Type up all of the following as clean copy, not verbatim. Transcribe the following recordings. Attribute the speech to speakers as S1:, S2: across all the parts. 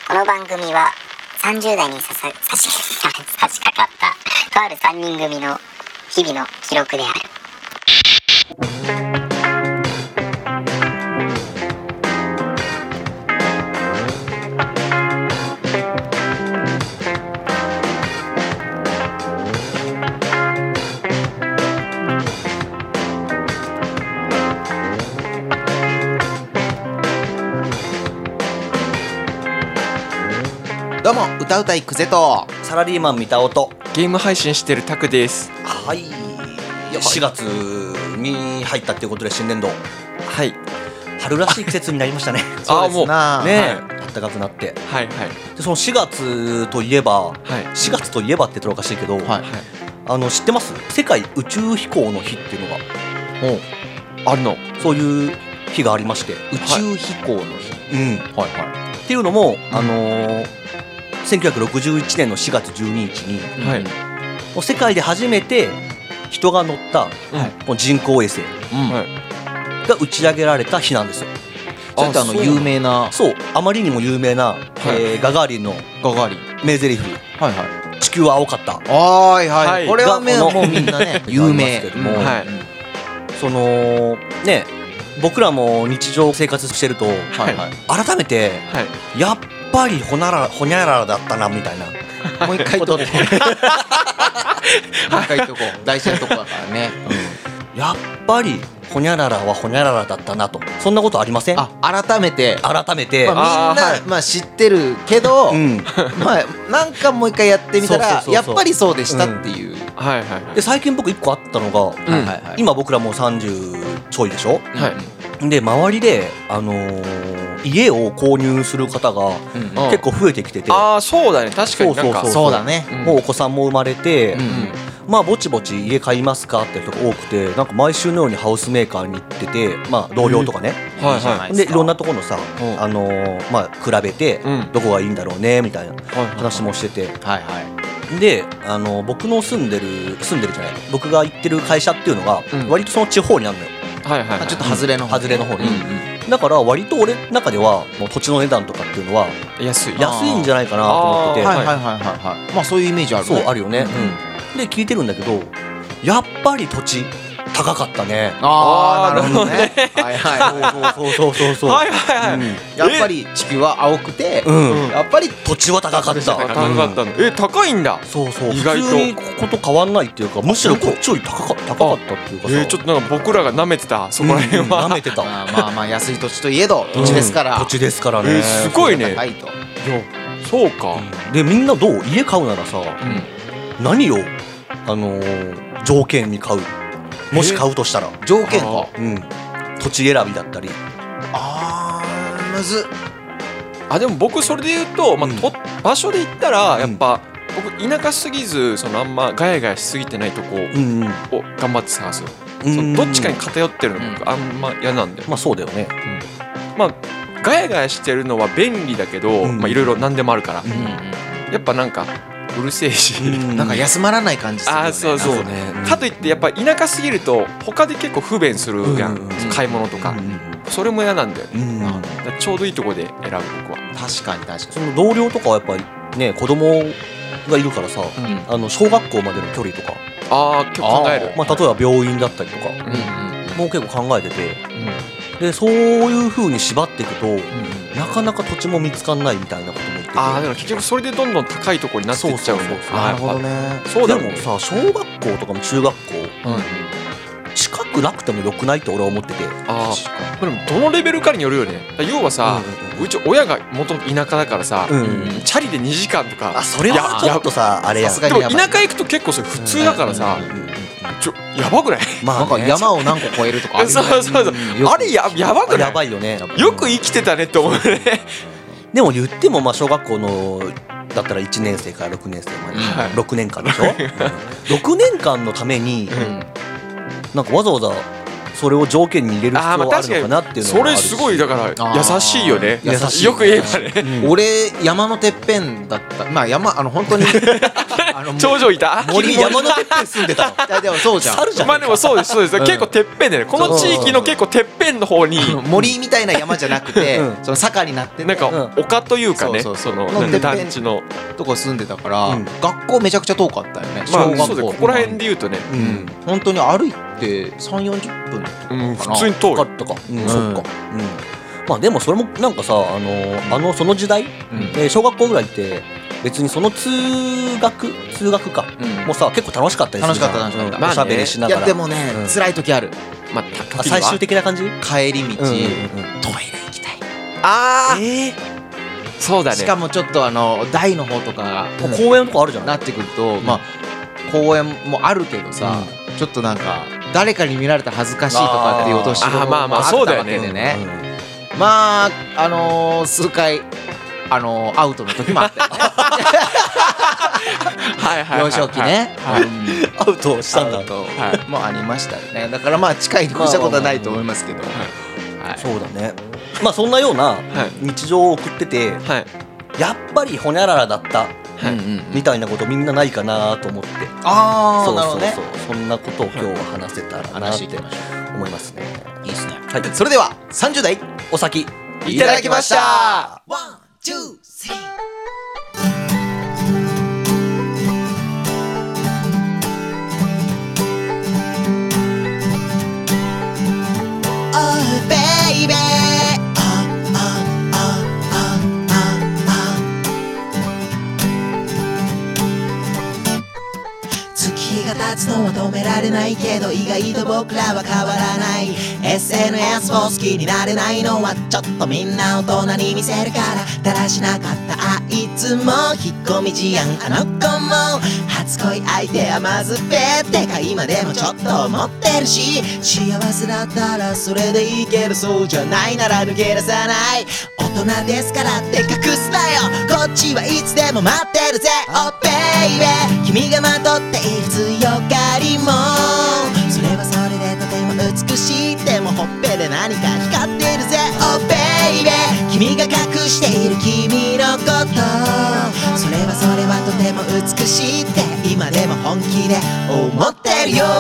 S1: この番組は30代に差し掛かったとある3人組の日々の記録である。
S2: どうも歌うたいくぜと
S3: サラリーマン三田音。
S4: ゲーム配信してるタクです。
S3: はい、4月に入ったっていうことで新年度、
S4: はい、
S3: 春らしい季節になりましたね。
S2: そうですな
S3: ね、暖かくなって、
S4: はいはい
S3: でその4月といえば、4月といえばって言ったらおかしいけど、知ってます？世界宇宙飛行の日っていうのが
S4: あるの？
S3: そういう日がありまして、
S2: 宇宙飛行の日、
S3: っていうのも、1961年の4月12日に、もう世界で初めて人が乗った、この人工衛星が打ち上げられた日なんですよ。
S2: それって有名な、
S3: そう、あまりにも有名な、ガガーリンの名台詞、地球は青かった。
S2: はい、これはもうみんなね有名
S3: ですけども、そのね、僕らも日常生活してると、改めて、やっぱりほにゃららだったなみたいな。
S2: もう一回言っとこう。もう一回言っとこう。大事なとこだからね。
S3: やっぱりほにゃららはほにゃららだったなと。そんなことありません？
S2: 改めて、
S3: みん
S2: な知ってるけど、なんかもう一回やってみたらやっぱりそうでしたっていう。
S3: で最近僕1個あったのが、今僕らもう30ちょいでしょ。で周りで家を購入する方が結構増えてきてて、
S4: そうだね、確かになんか
S2: そうだね。
S3: もうお子さんも生まれて、まあぼちぼち家買いますかって人が多くて、なんか毎週のようにハウスメーカーに行ってて、まあ同僚とかね、でいろんなところのさ、まあ比べてどこがいいんだろうねみたいな話もしてて、で僕の住んでるじゃない、僕が行ってる会社っていうのが割とその地方にあるのよ。
S2: ちょっと外れの方に。だから割と俺の中ではもう土地の値段とかっていうのは安いんじゃないかなと思ってて、 まあそういうイメージあるね。
S3: そうあるよね。で聞いてるんだけど、やっぱり土地高かったね。
S2: なるほどね。そう。やっぱり地球は青くて、やっぱり
S3: 土地は高かった。
S4: 高いんだ。
S3: そう。
S4: 意外と
S3: 普通にここと変わんないっていうか、むしろこっちより高かったっていうかさ。
S4: ちょっとなんか僕らが舐めてた、そこら辺は。
S3: 舐めてた。
S2: まあ安い土地といえど土地ですから。
S3: 土地ですからね。
S4: すごいね。そうか。
S3: でみんなどう？家買うならさ、何を条件に買う？もし買うとしたら
S2: 条件か。
S3: 土地選びだったり。
S2: むず。
S4: でも僕それで言うと、場所で言ったらやっぱ僕田舎すぎず、あんまガヤガヤしすぎてないとこを頑張って探す。どっちかに偏ってるの僕あんま嫌なんだよ。
S3: まあそうだよね。
S4: ガヤガヤしてるのは便利だけど、いろいろ何でもあるから、やっぱなんかうるせえし、
S2: なんか休まらない感じするよね。
S4: そうね。かといってやっぱ田舎すぎると他で結構不便するやん、買い物とか。それも嫌なんだよ。ちょうどいいとこで選ぶ僕は。
S2: 確かに。
S3: その同僚とかはやっぱりね、子供がいるからさ、小学校までの距離とか、
S4: 今日考える。
S3: 例えば病院だったりとかもう結構考えてて、でそういう風に縛っていくと、なかなか土地も見つかんないみたいなことも言ってて、
S4: だから結局それでどんどん高いところになっていっちゃう。
S2: なるほどね。
S3: でもさ、小学校とかも中学校、近くなくてもよくないって俺は思ってて。
S4: でもどのレベルかによるよね。要はさ、うち親が元々田舎だからさ、チャリで2時間とか。
S3: それはちょっとさ、あれや。
S4: でも田舎行くと結構それ普通だからさ、やばくない？
S2: なんか山を何個越えるとかあるよね。
S4: そうあれやばくない？
S3: やばいよね。
S4: よく生きてたねって思うね。
S3: でも言っても小学校のだったら1年生から6年生まで6年間でしょ。6年間のためになんかわざわざそれを条件に入れる必要あるのかなっていうの
S4: それ
S3: もあるし、
S4: すごいだから優しいよね。
S2: 優しい
S4: よく言えばね。
S2: 俺山のてっぺんだったまあ山本当に
S4: 頂上いた？
S3: 君山のてっぺん住んでたの。
S2: いやでもそうじゃん
S3: 猿じゃん。
S4: まあでもそうですそうです。結構てっぺんでね。この地域の結構てっぺんの方に
S2: 森みたいな山じゃなくて、
S3: うん
S2: その坂になってて
S4: なんか丘というかね、
S2: そう
S4: その
S2: のてっぺん
S4: 団地の
S2: とこ住んでたから、
S3: うん
S2: 学校めちゃくちゃ遠かったよね。
S4: まあ
S2: 小学校
S4: そうです。ここら辺で言うとね、
S2: うん本当に歩いて3、40分とかかな。
S4: 普通に遠い
S3: か。ったか。そっか。まあでもそれもなんかさその時代、小学校ぐらいって別にその通学か、もうさ結構楽しかったりするじゃん。
S2: 楽しかった
S4: まあね
S3: おしゃべりしないがら。
S2: やでもね、辛い時ある。
S4: まあ
S3: 最終的な感じ？
S2: 帰り道、トイレ
S3: うんうんうん
S2: 行きたい。
S4: ああそうだね。
S2: しかもちょっと台の方とか
S3: もう公園とかあるじゃな。
S2: ないってくると、まあ公園もあるけどさ、ちょっとなんか誰かに見られたら恥ずかしいとかっていうお年頃も
S4: まあまあ
S2: あった
S4: そうだよね
S2: わけでね。まあ数回アウトの時もあったよね。
S4: はいはいはいはい
S2: 幼少期ね。
S3: アウトしたんだ。
S2: アウトもありましたよね。だからまあ近いに越したことはないと思いますけど。はい
S3: そうだね。まあそんなような日常を送ってて、
S4: はい
S3: やっぱりホニャララだった
S2: うん
S3: みたいなことみんなないかなと思って。
S2: ああ、
S3: そう
S2: なるほどね。
S3: そんなことを今日は話せたらなって
S2: 話していきましょ
S3: 思いますね。
S2: いいですね。
S3: はい。
S2: それでは30代
S3: お先
S2: いただきました。
S5: 月が経つのは止められないけど意外と僕らは変わらない SNS を好きになれないのはちょっとみんな大人に見せるからだらしなかったあいつも引っ込み思案あの子も初恋相手はまずべってか今でもちょっと思ってるし幸せだったらそれでいいけどそうじゃないなら抜け出さない大人ですからって隠すなよこっちはいつでも待ってるぜ Oh baby 君がまとっている強がりもそれはそれでとても美しいでもほっぺで何か光ってるぜ Oh baby 君が隠している君のことそれはとても美しいって今でも本気で思ってるよ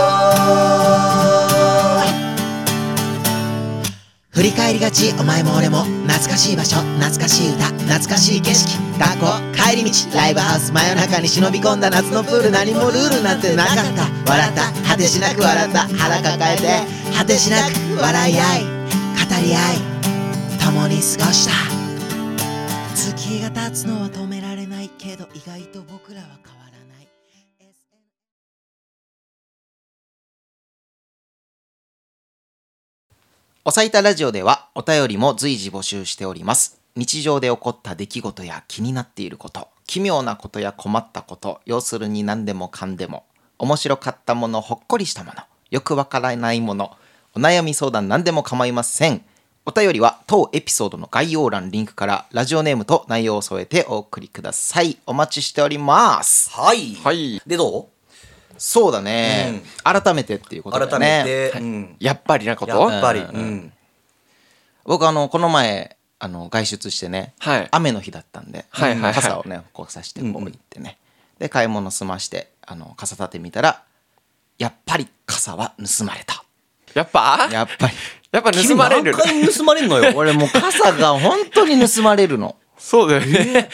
S5: 振り返りがちお前も俺も懐かしい場所懐かしい歌懐かしい景色学校帰り道ライブハウス真夜中に忍び込んだ夏のプール何もルールなんてなかった笑った果てしなく笑った腹抱えて果てしなく笑い合い語り合い共に過ごした月が経つのは止められないけど意外と僕らは変わらない
S2: おさいたラジオではお便りも随時募集しております。日常で起こった出来事や気になっていること、奇妙なことや困ったこと、要するに何でもかんでも、面白かったもの、ほっこりしたもの、よくわからないもの、お悩み相談何でも構いません。お便りは当エピソードの概要欄リンクからラジオネームと内容を添えてお送りください。お待ちしております。
S3: はい。
S4: はい
S3: でどう？
S2: そうだね。改めてっていうことだよね。
S3: 改めて、うん
S4: やっぱりなこと
S3: やっぱり、
S2: 僕この前外出してね、
S4: はい
S2: 雨の日だったんで、
S4: はいはいはい
S2: 傘をねこうさしてこう行ってね、で買い物済まして傘立て見たらやっぱり傘は盗まれた。
S4: やっぱ
S2: やっぱり
S4: 盗まれる
S3: 君何回盗まれんのよ。
S2: 俺もう傘が本当に盗まれるの。
S4: そうだよね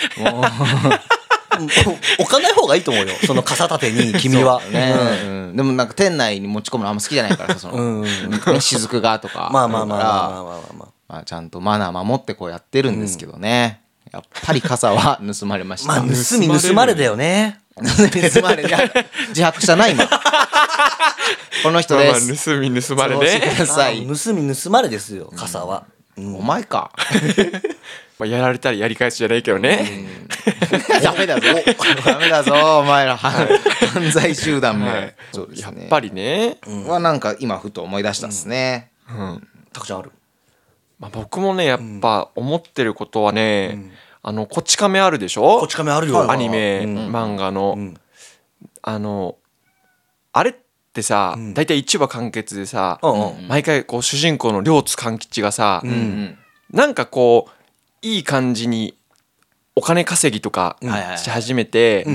S3: 置かない方がいいと思うよ。その傘立てに君は。
S2: ね、でもなんか店内に持ち込むのあんま好きじゃないからさ、ね、雫がとか
S3: まあまあまあまあ
S2: あ
S3: まあまあまあ。
S2: まあちゃんとマナー守ってこうやってるんですけどね、やっぱり傘は盗まれました。
S3: まあ盗まれだよね。
S2: 盗まれ自白したな今この人です。
S4: 盗み盗まれ
S2: そうして
S4: ね
S2: ください。
S3: 盗まれですよ。傘は。
S2: お前か。
S4: まあやられたらやり返すじゃないけどね
S2: ダメだぞ。ダメだぞお前ら犯罪集団も。
S4: はい
S2: そうですね。
S4: やっぱりね
S2: はなんか今ふと思い出したっすね。
S3: たくちゃんある。
S4: まあ僕もねやっぱ思ってることはねこち亀あるでしょ
S3: こち亀あるよ。
S4: アニメ漫画のあれっってさ、大体1話完結でさ、
S3: うん
S4: 毎回こう主人公の両津勘吉がさ、なんかこういい感じにお金稼ぎとかし始めて、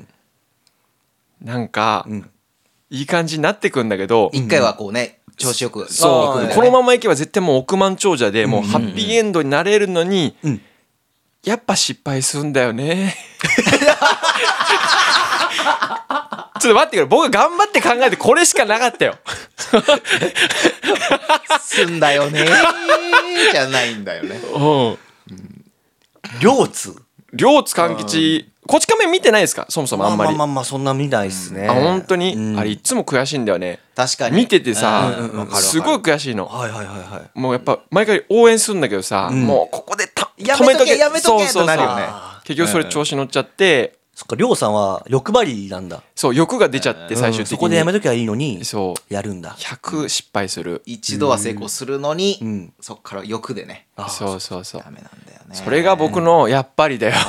S4: なんかいい感じになってくんだけど、
S2: 一回はこうね調子よく
S4: そうこのままいけば絶対もう億万長者でもうハッピーエンドになれるのに、やっぱ失敗するんだよね。ちょっと待ってくれ、僕が頑張って考えてこれしかなかったよ。
S2: すんだよねじゃないんだよね。
S3: 両津
S4: 両津勘吉、こち亀見てないですかそもそもあんまり。
S3: まあそんな見ないっすね。
S4: あ本当に、あれいつも悔しいんだよね。
S2: 確かに
S4: 見ててさ、
S2: わかる
S4: すごい悔しいの。
S3: はいはいはいはい。
S4: もうやっぱ毎回応援するんだけどさ、もうここで
S2: やめとけやめとけ
S4: そうそうそう
S2: となるよね。
S4: 結局それ調子乗っちゃって、
S3: そっか、りょうさんは欲張りなんだ。
S4: そう欲が出ちゃって最終的に、
S3: そこでやめときゃいいのに
S4: そう
S3: やるんだ。
S4: 100失敗する。
S2: 一度は成功するのに、
S3: ん
S2: そっから欲でね
S4: そうそうそう。
S2: ダメなんだよね。
S4: それが僕のやっぱりだよ。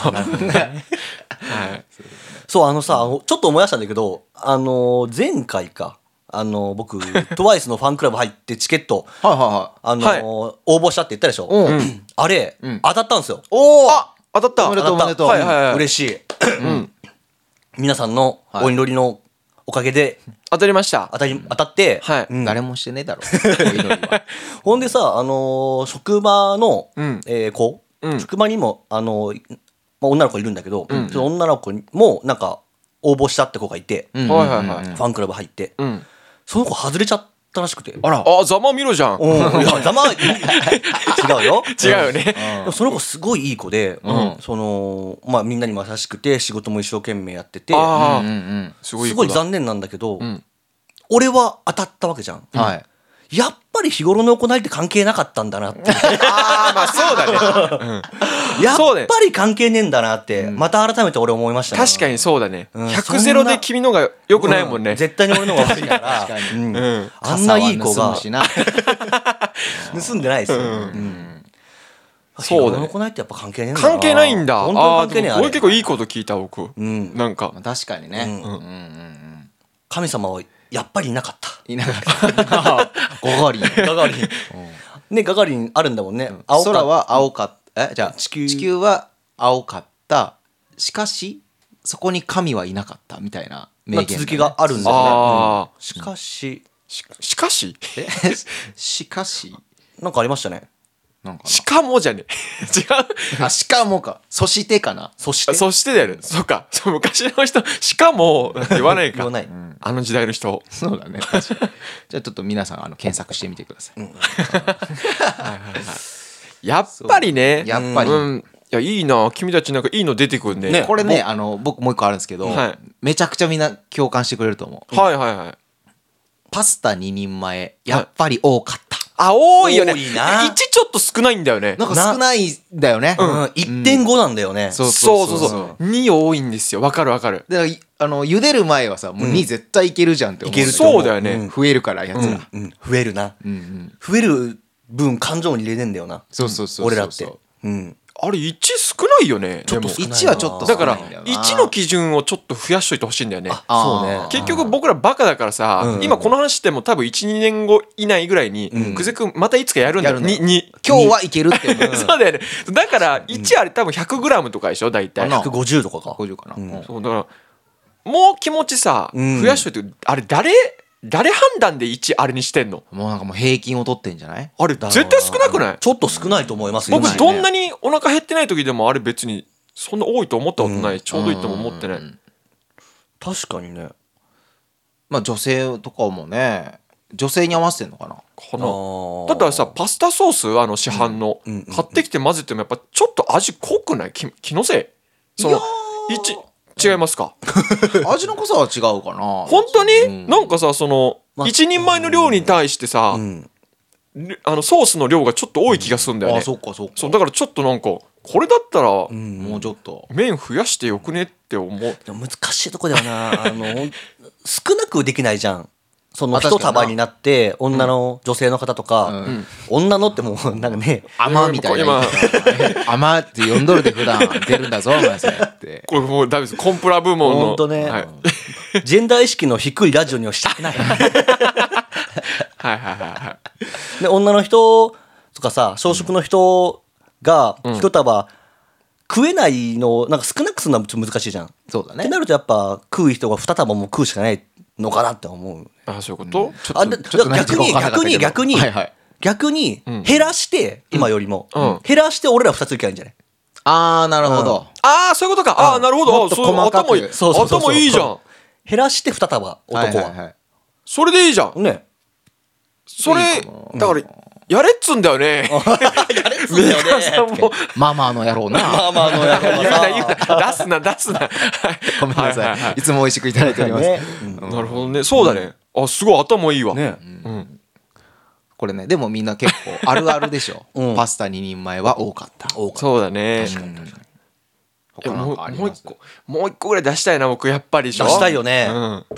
S3: そうちょっと思い出したんだけど、前回か僕TWICE のファンクラブ入ってチケット
S2: はいはいはい。
S3: 応募したって言ったでしょ。あれ当たったんですよ。
S2: おお
S4: 当たった。
S2: おめでとうおめでとう。
S4: はいはいはい。
S3: 嬉しい。皆さんのお祈りのおかげで
S4: 当たりました。
S3: 当たって、
S4: はい。
S2: 誰もしてねえだろお祈りは。
S3: ほんでさ職場の子、職場にもまあ女の子いるんだけど、その女の子にもなんか応募したって子がいて、
S4: はいはいはい。
S3: ファンクラブ入って、
S4: うん。
S3: その子外れちゃったらしくて。
S2: あら
S4: あざまみろじゃん。
S3: いやざま違うよ。
S4: 違うよね。
S3: でもその子すごいいい子で、まあみんなにも優しくて仕事も一生懸命やってて、
S4: ああ、
S3: す
S4: すごい。
S3: ごい残念なんだけど、
S4: ん
S3: 俺は当たったわけじゃん。
S2: はい。
S3: やっぱり日頃の行いって関係なかったんだなって。
S4: ああまあそうだね。
S3: やっ
S4: そうね
S3: ぱり関係ねえんだなって、また改めて俺思いましたね。
S4: 確かにそうだね。
S3: ん
S4: 100ゼロで君のが良くないもんね。
S3: 絶対に俺の方が悪いから。
S2: 確かに。
S4: うん。
S3: あんないい子が
S2: 傘は盗むしな。
S3: 盗んでないですよ。
S4: そうだね
S3: 日頃の行いってやっぱ関係ねえんだな。
S4: 関係ないんだ。
S3: 本当に関係ねえ
S4: ああ、でも俺結構いいこと聞いた僕。
S3: ん
S4: なんか
S2: 確かにね。
S3: 神様はやっぱりいなかった。
S2: いなかった。ゴガリン。
S3: ガガリン。ね、ガガリンあるんだもんね。青か
S2: 空は青かった。じゃあ
S3: 地球
S2: 地球は青かった。しかしそこに神はいなかったみたいな名言だね。
S3: 続きがあるんだよね。
S4: ああ。
S3: しかし、
S4: しかし
S2: えしかし
S3: なんかありましたね。
S2: なんか
S4: しかもじゃね違う。
S2: なあしかもかそしてかな。
S3: そして、
S4: そしてだよね。そうか。そう昔の人しかもって言わないか。
S3: 言わない。
S4: あの時代の人。
S2: そうだね。確かにじゃあちょっと皆さん検索してみてください。
S4: やっぱりね。
S2: やっぱり
S4: うん。いやいいな。君たちなんかいいの出てくるね。
S2: これね僕もう一個あるんですけど、
S4: はい
S2: めちゃくちゃみんな共感してくれると思う。
S4: はいはいはい。
S2: パスタ2人前やっぱり多かった。
S4: あ多いよね。
S3: 多いな
S4: 1ちょっと少ないんだよね。
S2: なんか少ないんだよね。
S3: 1.5 なんだよね。
S2: そう
S4: そうそうそう。2多いんですよ。わかるわかる。
S2: だから茹でる前はさもう2絶対いけるじゃんって思う。
S3: いけると
S4: そうだよね。
S2: 増えるからやつら。
S3: 増えるな。増える分感情に入れねえんだよな。
S2: そうそうそうそう。
S3: 俺らって。
S4: あれ1少ないよね。
S3: ちょっと
S4: でも
S3: 少ない
S2: 1はちょっと
S4: だから
S2: 少ないんだよな
S4: 1の基準をちょっと増やしといてほしいんだよね。
S3: そうね。
S4: 結局僕らバカだからさ、今この話しても多分 1,2 年後以内ぐらいに久世君またいつかやるんだよ。
S2: やるんだよ
S4: に
S2: 今日はいけるって思う。
S4: そうだよね。だから1あれ多分 100g とかでしょ大体。
S2: な
S3: 150とかか。
S2: 50かな。
S4: そうだからもう気持ちさ増やしといて、あれ誰判断で1あれにしてんの？
S2: もうなんかもう平均を取ってんじゃない？
S4: あれ絶対少なくない？
S3: ちょっと少ないと思いますよ。
S4: 僕どんなにお腹減ってない時でもあれ別にそんな多いと思ったことない。ちょうどいいとも思ってない。
S3: 確かにね。
S2: まあ女性とかもね女性に合わせてんのかな。
S4: かな。だったらさパスタソース市販の買ってきて混ぜてもやっぱちょっと味濃くない？気のせい？その違いますか？
S2: 味の濃さは違うかな。
S4: 本当に？なんかさその一人前の量に対してさソースの量がちょっと多い気がするんだよね。
S2: あそっかそっか。
S4: そうだからちょっとなんかこれだったら
S2: もうちょっと
S4: 麺増やしてよくねって思う。
S3: でも難しいとこだよな。少なくできないじゃん。その一束になって女の女性の方とか、女のってもうなんかね、
S2: 甘みたいな甘って呼んどるで普段出るんだぞお前それって。
S4: これもうダメです。コンプラ部門の
S3: ほんとね
S4: はい
S3: ジェンダー意識の低いラジオにはしたくない。
S4: はいはいはい
S3: で女の人とかさ小食の人が一束食えないのなんか少なくするのはちょっと難しいじゃん。
S2: そうだね。
S3: ってなるとやっぱ食う人が2束も食うしかないのかなって思う。
S4: あ、そういうこと、
S2: ちょっと
S3: 逆に減らして今よりも減らして俺ら2ついけばいいんじゃない？
S2: ああなるほど。
S4: ああそういうことか。ああなるほど。
S2: もっと細かく
S4: 頭いいじゃん。
S3: 減らして2束男は。
S4: それでいいじゃん。
S3: ね。
S4: それだからやれっつんだよね。
S3: やれっつんだよね。
S2: ママの野郎な。
S3: ママの野郎
S4: 出すな。
S2: ごめんなさい。いつも美味しくいただいております。
S4: なるほどね。そうだね。あすごい頭いいわ。
S3: ね。
S2: これねでもみんな結構あるあるでしょ。パスタ2人前は多かった。
S4: そうだね。もう一個ぐらい出したいな僕やっぱり。出
S3: したいよね。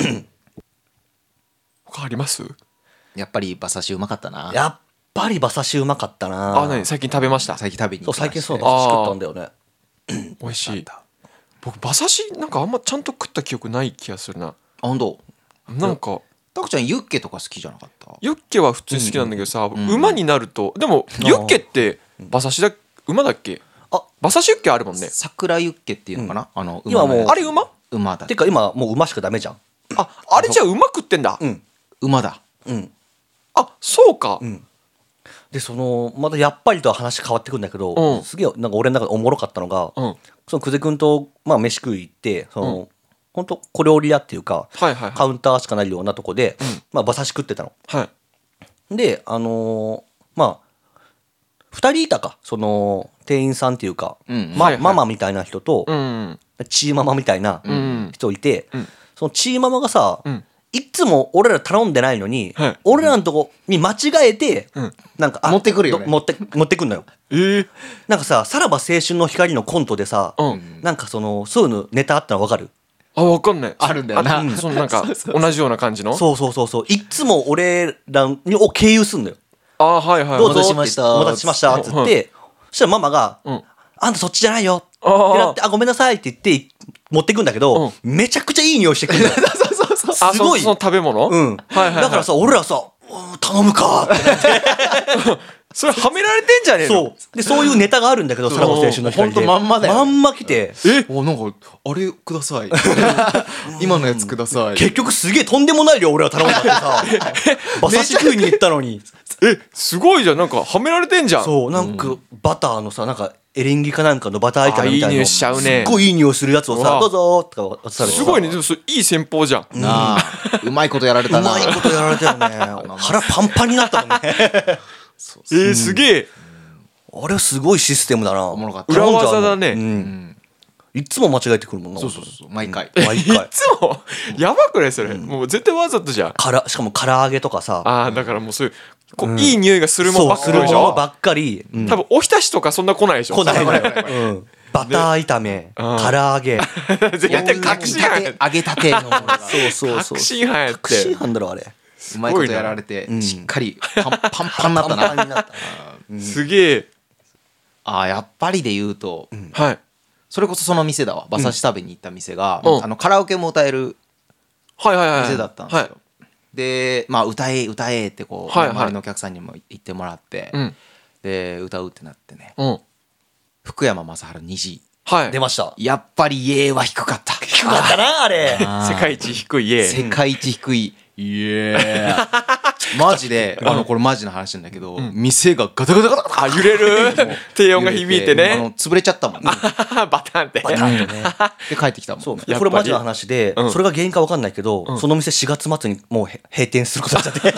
S4: 他あります？
S2: やっぱり馬刺しうまかったな。
S3: やっぱり馬刺しうまかったな。
S4: あ、何最近食べました？
S2: 最近食べに行きました。
S3: 最近そう馬刺し食ったんだよね。
S4: 美味しい。僕馬刺しなんかあんまちゃんと食った記憶ない気がするな。
S2: あ、本当。
S4: なんか
S2: タクちゃんユッケとか好きじゃなかった？
S4: ユッケは普通に好きなんだけどさ、馬になるとでもユッケって馬刺しだ馬だっけ？あ、馬刺しユッケあるもんね。
S2: 桜ユッケっていうのかな？
S3: 今もう
S4: あれ馬？
S2: 馬だ。
S3: てか今もう馬しかダメじゃん。
S4: あれじゃあ馬食ってんだ。
S2: 馬だ。
S4: あ、そうか。
S3: でまたやっぱりとは話変わってくるんだけど、すげえなんか俺の中でおもろかったのが、その久世君とまあ飯食い行って本当小料理屋っていうかカウンターしかないようなとこでまあ馬刺し食ってたの。でまあ2人いたかその店員さんっていうかママみたいな人とチーママみたいな人いて、そのチーママがさいつも俺ら頼んでないのに、俺らのとこに間違えて、なんか
S2: 持ってくるよね。
S3: 持ってくんのよ。なんかさ、さらば青春の光のコントでさ、なんかそういうのネタあったの分かる？
S4: あ、分かんない。
S2: あるんだよな。
S4: そのなんか同じような感じの。
S3: そう。いつも俺らを経由すんのよ。
S4: あ、はいはい。
S3: どうぞ。お待
S2: た
S3: たせしましたっつって、そしたらママが、あんたそっちじゃないよってなって、あ、ごめんなさいって言って持ってくんだけど、めちゃくちゃいい匂いしてくる。すごい。
S4: その食べ物？
S3: だからさ、俺らさ、頼むかってなって。
S4: それはめられてんじゃねえの？
S3: そう。で、そういうネタがあるんだけど、さらば青春の光で。
S2: ほんとまんまだよ。
S3: まんま来て。
S2: なんか、あれください。今のやつください。
S3: 結局すげえとんでもない量俺は頼んだってさ。馬刺し食いに行ったのに。
S4: すごいじゃん。なんかはめられてんじゃん。
S3: そう、なんかバターのさ、なんかエリンギかなんかのバターアイテムみたいな。
S4: いい匂いしちゃうね。
S3: すっごいいい匂いするやつをさ、どうぞーとか渡されて。
S4: すごいね。でもそれいい戦法じゃん。
S2: なあ、うまいことやられたな。
S3: うまいことやられたよね。腹パンパンになったもんね。
S4: すげえ。
S3: あれすごいシステムだな。
S2: おもろかった。
S4: 裏技だね。
S3: いつも間違えてくるもんな。
S2: そう。毎回。
S4: いつもやばくないそれ。もう絶対わざとじゃん。
S3: しかも唐揚げとかさ。
S4: ああ、だからもうそういういい匂いがするもんばっかりでしょ。
S3: ばっかり。
S4: 多分おひたしとかそんな来ないでしょ。
S3: 来ない。バター炒め、唐揚げ。
S4: 絶対確信犯。
S2: 揚げたてのものが。
S3: そう。
S4: 確信犯やって。
S3: 確信犯だろあれ。
S2: うまいことやられてしっかりパンパンになったな。
S4: すげえ。
S2: やっぱりで言うと、それこそその店だわ。馬刺し食べに行った店がカラオケも歌える店だったんですよ。でまあ歌えってこう周りのお客さんにも言ってもらってで歌うってなってね、福山雅治虹
S3: 出ました。
S2: やっぱり家は低かった。
S3: 低かったなあれ。
S4: 世界一低い家。
S2: 世界一低い家。マジでこれマジな話なんだけど、店がガタガタガタ。
S4: あ、揺れる。低音が響いてね。
S2: 潰れちゃったもんね。
S4: バタンって。
S2: で帰ってきたもん。
S3: そう。これマジな話で、それが原因か分かんないけど、その店4月末にもう閉店することになっちゃって。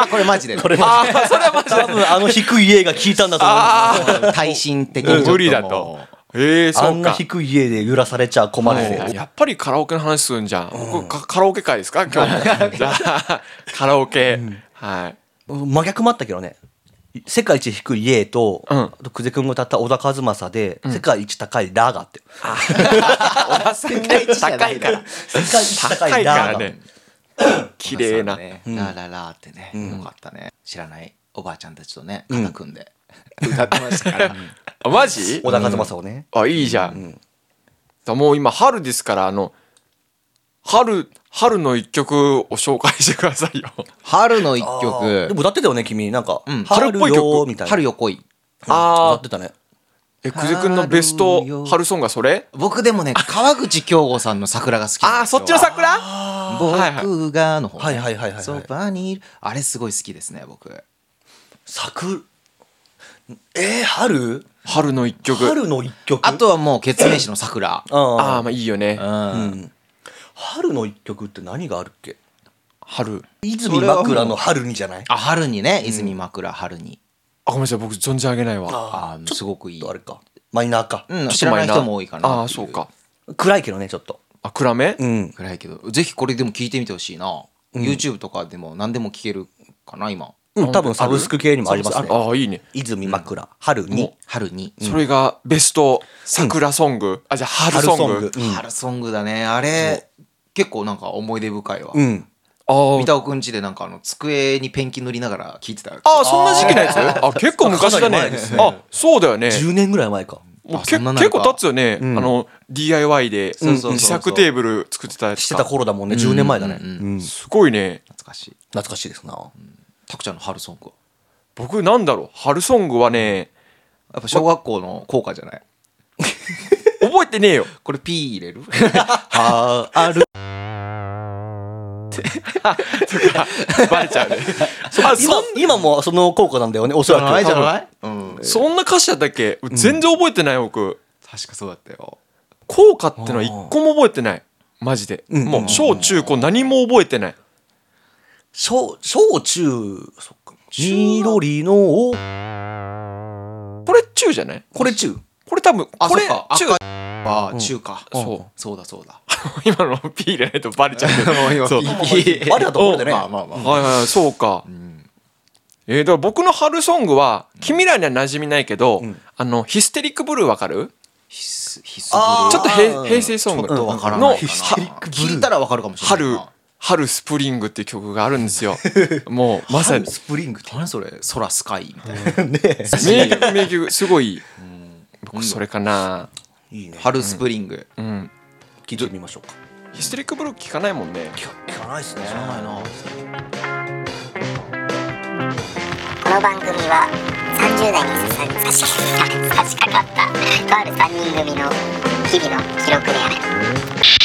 S2: これマジで。
S3: これマジで。それはマジで。多分低い家が効いたんだと思う。
S2: 耐震的に
S4: 無理だと。そうか。
S3: あんな低い家で揺らされちゃ困る。
S4: やっぱりカラオケの話するんじゃん。僕カラオケ会ですか今日。カラオケ。はい。
S3: 真逆もあったけどね。世界一低い家と久世君が歌った小田和正で世界一高いラがあって。
S4: 世界一高いから。
S3: 世界一高いラがね。
S4: 綺麗な。
S2: ラララってね、よかったね。知らないおばあちゃんたちとね肩組んで歌ってましたから。
S4: あ、マジ？
S3: 小田和正をね。
S4: あ、いいじゃん。もう今春ですから春の一曲を紹介してくださいよ。
S2: 春の一
S3: で
S2: 曲。
S3: も歌ってたよね君なんか、
S4: 春っぽい曲
S3: よみたいな
S2: 春よ来い。
S3: 歌ってたね。
S4: 久世くんのベスト春ソングはそれ？
S2: 僕でもね、川口京吾さんの桜が好きなんですよ。
S4: そっちの桜？
S2: 僕がの方。
S3: はいはいはいはいはい。
S2: そばにいる。あれすごい好きですね、僕。
S4: 春の一曲。
S3: 春の一曲。
S2: あとはもう、ケツメイシの桜。
S4: まあいいよね。
S3: 春の一曲って何があるっけ？
S4: 春。
S3: 泉枕の春にじゃない？
S2: 春にね、泉枕春に。
S4: ごめんなさい、僕存じ上げないわ。
S2: すごくいい。
S3: あれか。マイナーか。
S2: 知らない人も多いかな。
S4: そうか。
S3: 暗いけどねちょっと。
S4: 暗め？
S2: 暗いけど、ぜひこれでも聞いてみてほしいな。YouTube とかでも何でも聞けるかな今。
S3: 多分サブスク系にもありますね。
S4: いいね。
S3: 泉枕春に。
S4: それがベスト桜ソング。じゃあ春ソング。
S2: 春ソングだね。あれ結構なんか思い出深いわ。三田尾くんちでなんか机にペンキ塗りながら聞いてた。
S4: そんな時期のやつ？結構昔だね。そうだよね。
S3: 10年ぐらい前か。
S4: 結構経つよね。DIY で自作テーブル作ってたやつ
S3: してた頃だもんね。10年前だね。
S4: すごいね。
S2: 懐かしい。
S3: 懐かしいですな。
S2: たくちゃんの春ソングは？
S4: 僕なんだろう、春ソングはね、
S2: やっぱ小学校の校歌じゃない？
S4: 覚えてねえよ。
S2: これ P 入れる？
S3: 春
S4: バレちゃうね。
S3: 今もその効果なんだよねおそらく。
S2: じゃない？
S4: そんな歌詞だったっけ？全然覚えてない僕。
S2: 確かそうだったよ。
S4: 効果ってのは一個も覚えてない。マジで。もう小中高何も覚えてない。
S3: 小中緑の
S4: これ中じゃない？
S3: これ中。
S4: これ多分これ中
S2: 中か。そうだ。
S4: 今の P 入れないとバレちゃう。そう。
S3: バレたところでね。
S4: はいそうか。だから僕の春ソングは君らには馴染みないけど、ヒステリックブルーわかる？
S2: ち
S4: ょっと平成ソングの
S2: 聞いたらわかるかもしれない。
S4: 春スプリングっていう曲があるんですよ。もうまさに
S3: スプリングって
S2: 何それ？空スカイみたいな。
S4: 名曲すごい。僕それかな。
S3: いいね。
S2: 春スプリング。
S3: 聞いてみましょうか。
S4: ヒステリックブルー聞かないもんね。
S3: 聞かないですね。
S2: 知らないな。
S1: この番組は30代に差し掛かったとある3人組の日々の記録である。